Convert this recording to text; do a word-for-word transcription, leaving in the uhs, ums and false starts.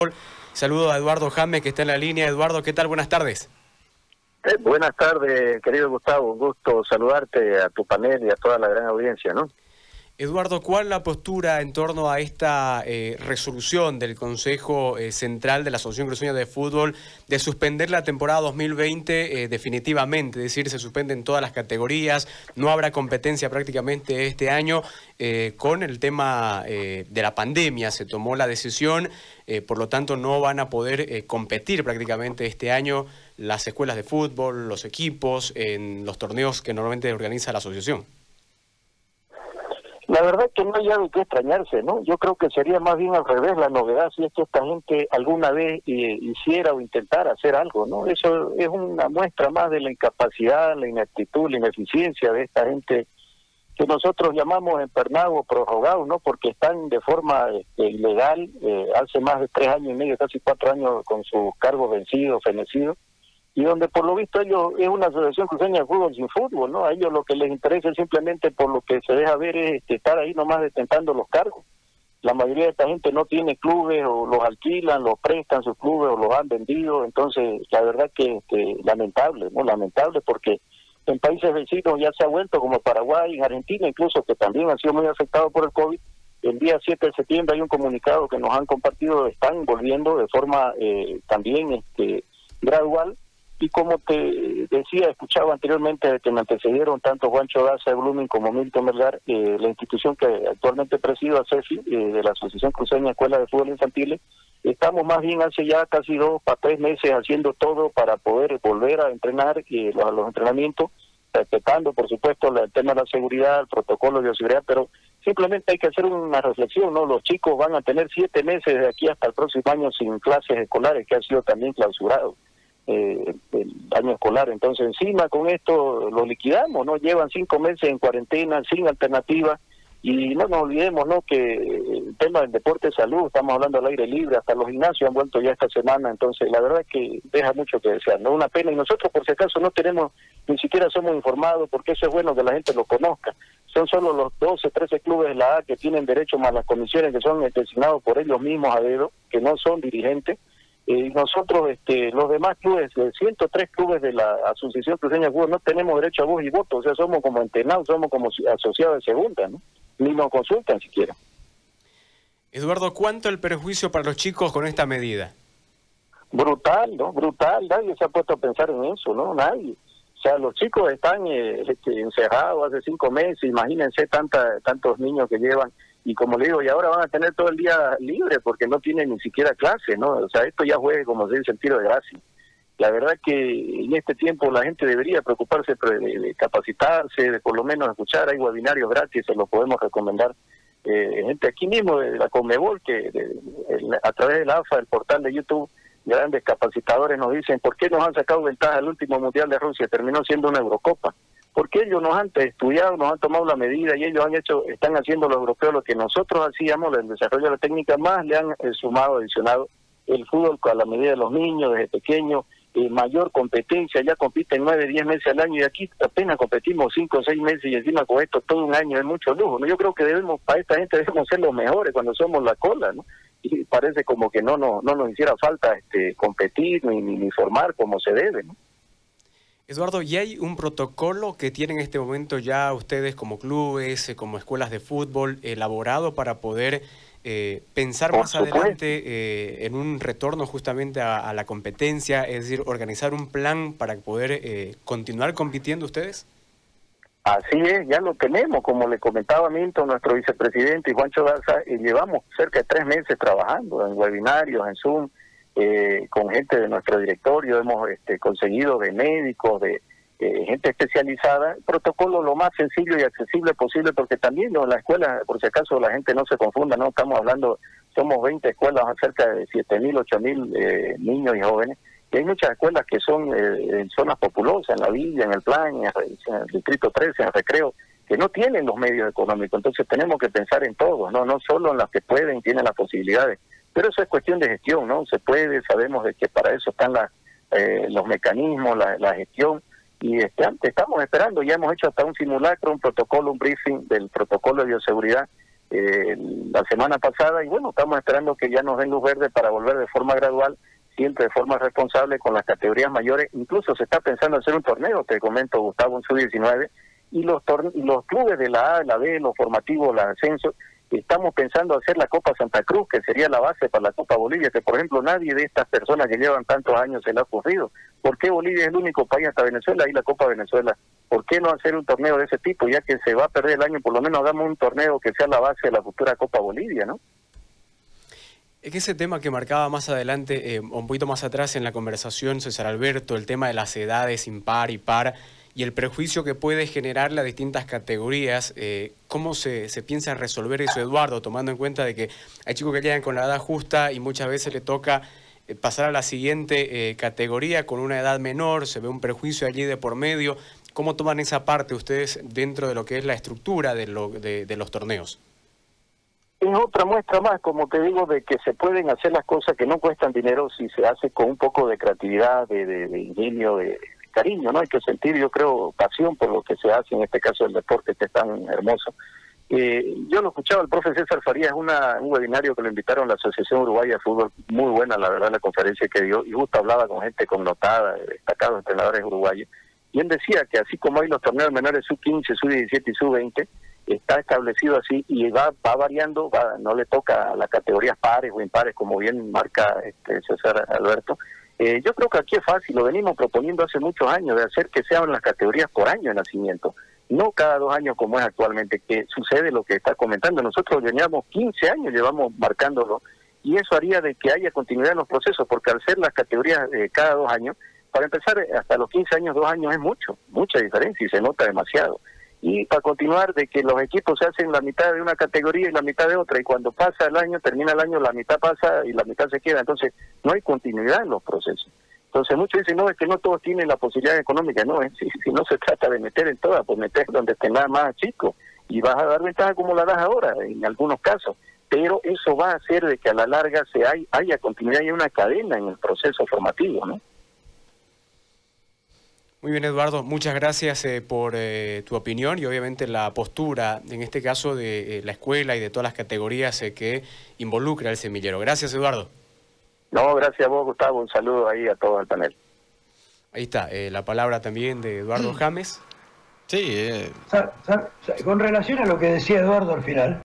Saludo a Eduardo James, que está en la línea. Eduardo, ¿qué tal? Buenas tardes. Eh, buenas tardes, querido Gustavo. Un gusto saludarte, a tu panel y a toda la gran audiencia, ¿no? Eduardo, ¿cuál es la postura en torno a esta eh, resolución del Consejo eh, Central de la Asociación Cruceña de Fútbol de suspender la temporada dos mil veinte eh, definitivamente? Es decir, se suspenden todas las categorías, no habrá competencia prácticamente este año. Eh, con el tema eh, de la pandemia se tomó la decisión, eh, por lo tanto no van a poder eh, competir prácticamente este año las escuelas de fútbol, los equipos, en los torneos que normalmente organiza la asociación. La verdad es que no hay algo que extrañarse, ¿no? Yo creo que sería más bien al revés la novedad si es que esta gente alguna vez eh, hiciera o intentara hacer algo, ¿no? Eso es una muestra más de la incapacidad, la ineptitud, la ineficiencia de esta gente que nosotros llamamos empernados o prorrogados, ¿no? Porque están de forma este, ilegal, eh, hace más de tres años y medio, casi cuatro años con sus cargos vencidos, fenecidos, y donde por lo visto ellos es una asociación cruceña de fútbol sin fútbol, ¿no? A ellos lo que les interesa es simplemente, por lo que se deja ver, es este, estar ahí nomás detentando los cargos. La mayoría de esta gente no tiene clubes, o los alquilan, los prestan sus clubes, o los han vendido. Entonces, la verdad que este, lamentable, ¿no? Lamentable porque en países vecinos ya se ha vuelto, como Paraguay, en Argentina incluso, que también han sido muy afectados por el COVID. El día siete de septiembre hay un comunicado que nos han compartido, están volviendo de forma eh, también este, gradual. Y como te decía, escuchaba anteriormente que me antecedieron tanto Juancho Daza de Blooming como Milton Melgar, eh, la institución que actualmente presido, a CEFI, eh, de la Asociación Cruceña Escuela de Fútbol Infantil, estamos más bien hace ya casi dos para tres meses haciendo todo para poder volver a entrenar eh, los, los entrenamientos, respetando por supuesto el tema de la seguridad, el protocolo de seguridad, pero simplemente hay que hacer una reflexión, ¿no? Los chicos van a tener siete meses de aquí hasta el próximo año sin clases escolares, que ha sido también clausurado. Eh, el año escolar. Entonces encima con esto lo liquidamos, ¿no? Llevan cinco meses en cuarentena sin alternativa y no nos olvidemos, ¿no? Que el tema del deporte es salud, estamos hablando al aire libre, hasta los gimnasios han vuelto ya esta semana. Entonces la verdad es que deja mucho que desear, ¿no? Una pena, y nosotros por si acaso no tenemos, ni siquiera somos informados, porque eso es bueno que la gente lo conozca. Son solo los doce, trece clubes de la A que tienen derecho, más las comisiones que son designados por ellos mismos a dedo, que no son dirigentes. Y eh, nosotros, este, los demás clubes, eh, ciento tres clubes de la Asociación Cruceña de Fútbol, no tenemos derecho a voz y voto, o sea, somos como entrenados, somos como asociados de segunda, ¿no? Ni nos consultan siquiera. Eduardo, ¿cuánto el perjuicio para los chicos con esta medida? Brutal, ¿no? Brutal, nadie se ha puesto a pensar en eso, ¿no? Nadie. O sea, los chicos están eh, este, encerrados hace cinco meses, imagínense tanta, tantos niños que llevan. Y como le digo, y ahora van a tener todo el día libre porque no tienen ni siquiera clase, ¿no? O sea, esto ya fue, como se dice, el tiro de gracia. La verdad que en este tiempo la gente debería preocuparse de, de capacitarse, de por lo menos escuchar. Hay webinarios gratis, se los podemos recomendar. Eh, gente aquí mismo de la Conmebol, que de, de, a través de la A F A, el portal de YouTube, grandes capacitadores nos dicen por qué nos han sacado ventaja el último Mundial de Rusia, terminó siendo una Eurocopa. Porque ellos nos han estudiado, nos han tomado la medida y ellos han hecho, están haciendo los europeos lo que nosotros hacíamos, el desarrollo de la técnica, más le han eh, sumado, adicionado el fútbol a la medida de los niños, desde pequeños, eh, mayor competencia, ya compiten nueve, diez meses al año y aquí apenas competimos cinco o seis meses y encima con esto todo un año es mucho lujo, ¿no? Yo creo que debemos, para esta gente debemos ser los mejores cuando somos la cola, ¿no? Y parece como que no, no, no nos hiciera falta este competir ni, ni, ni formar como se debe, ¿no? Eduardo, ¿y hay un protocolo que tienen en este momento ya ustedes como clubes, como escuelas de fútbol, elaborado para poder eh, pensar Por más supuesto. adelante eh, en un retorno justamente a, a la competencia, es decir, organizar un plan para poder eh, continuar compitiendo ustedes? Así es, ya lo tenemos, como le comentaba Milton, nuestro vicepresidente, y Juancho Daza, eh, llevamos cerca de tres meses trabajando en webinarios, en Zoom, Eh, con gente de nuestro directorio, hemos este, conseguido de médicos, de eh, gente especializada, protocolo lo más sencillo y accesible posible, porque también ¿no? la escuela, por si acaso la gente no se confunda, no estamos hablando, somos veinte escuelas, cerca de siete mil, ocho mil eh, niños y jóvenes, y hay muchas escuelas que son eh, en zonas populosas, en la villa, en el plan, en el, en el distrito trece, en el recreo, que no tienen los medios económicos, entonces tenemos que pensar en todos, no no solo en las que pueden y tienen las posibilidades. Pero eso es cuestión de gestión, ¿no? Se puede, sabemos de que para eso están la, eh, los mecanismos, la, la gestión, y este, estamos esperando, ya hemos hecho hasta un simulacro, un protocolo, un briefing del protocolo de bioseguridad, eh, la semana pasada, y bueno, estamos esperando que ya nos den luz verde para volver de forma gradual, siempre de forma responsable con las categorías mayores. Incluso se está pensando hacer un torneo, te comento, Gustavo, en sub diecinueve, y los, y los clubes de la A, la B, los formativos, los ascensos, estamos pensando hacer la Copa Santa Cruz, que sería la base para la Copa Bolivia, que por ejemplo nadie de estas personas que llevan tantos años se le ha ocurrido. ¿Por qué Bolivia es el único país hasta Venezuela y la Copa Venezuela? ¿Por qué no hacer un torneo de ese tipo? Ya que se va a perder el año, por lo menos hagamos un torneo que sea la base de la futura Copa Bolivia, ¿no? Es que ese tema que marcaba más adelante, eh, un poquito más atrás en la conversación, César Alberto, el tema de las edades impar y par, y el prejuicio que puede generar las distintas categorías, eh, ¿cómo se, se piensa resolver eso, Eduardo? Tomando en cuenta de que hay chicos que llegan con la edad justa y muchas veces le toca eh, pasar a la siguiente eh, categoría con una edad menor, se ve un prejuicio allí de por medio. ¿Cómo toman esa parte ustedes dentro de lo que es la estructura de, lo, de, de los torneos? Es otra muestra más, como te digo, de que se pueden hacer las cosas que no cuestan dinero si se hace con un poco de creatividad, de, de, de ingenio, de cariño, ¿no? Hay que sentir, yo creo, pasión por lo que se hace, en este caso el deporte que es tan hermoso. Eh, yo lo escuchaba el profe César Farías, una, un webinario que lo invitaron a la Asociación Uruguaya de Fútbol, muy buena la verdad la conferencia que dio, y justo hablaba con gente connotada, destacados entrenadores uruguayos, y él decía que así como hay los torneos menores sub quince, sub diecisiete y sub veinte, está establecido así y va va variando, va, no le toca a las categorías pares o impares, como bien marca este César Alberto. Eh, yo creo que aquí es fácil, lo venimos proponiendo hace muchos años, de hacer que sean las categorías por año de nacimiento, no cada dos años como es actualmente, que sucede lo que está comentando. Nosotros llevamos quince años, llevamos marcándolo, y eso haría de que haya continuidad en los procesos, porque al ser las categorías eh, cada dos años, para empezar, hasta los quince años, dos años es mucho, mucha diferencia y se nota demasiado. Y para continuar, de que los equipos se hacen la mitad de una categoría y la mitad de otra, y cuando pasa el año, termina el año, la mitad pasa y la mitad se queda. Entonces, no hay continuidad en los procesos. Entonces, muchos dicen, no, es que no todos tienen la posibilidad económica. No, es, si, si no se trata de meter en todas, pues meter donde esté nada más chico. Y vas a dar ventaja como la das ahora, en algunos casos. Pero eso va a hacer de que a la larga se hay, haya continuidad y una cadena en el proceso formativo, ¿no? Muy bien, Eduardo, muchas gracias eh, por eh, tu opinión y obviamente la postura, en este caso de eh, la escuela y de todas las categorías eh, que involucra el semillero. Gracias, Eduardo. No, gracias a vos, Gustavo. Un saludo ahí a todo el panel. Ahí está, eh, la palabra también de Eduardo James. Sí. Eh. Con relación a lo que decía Eduardo al final,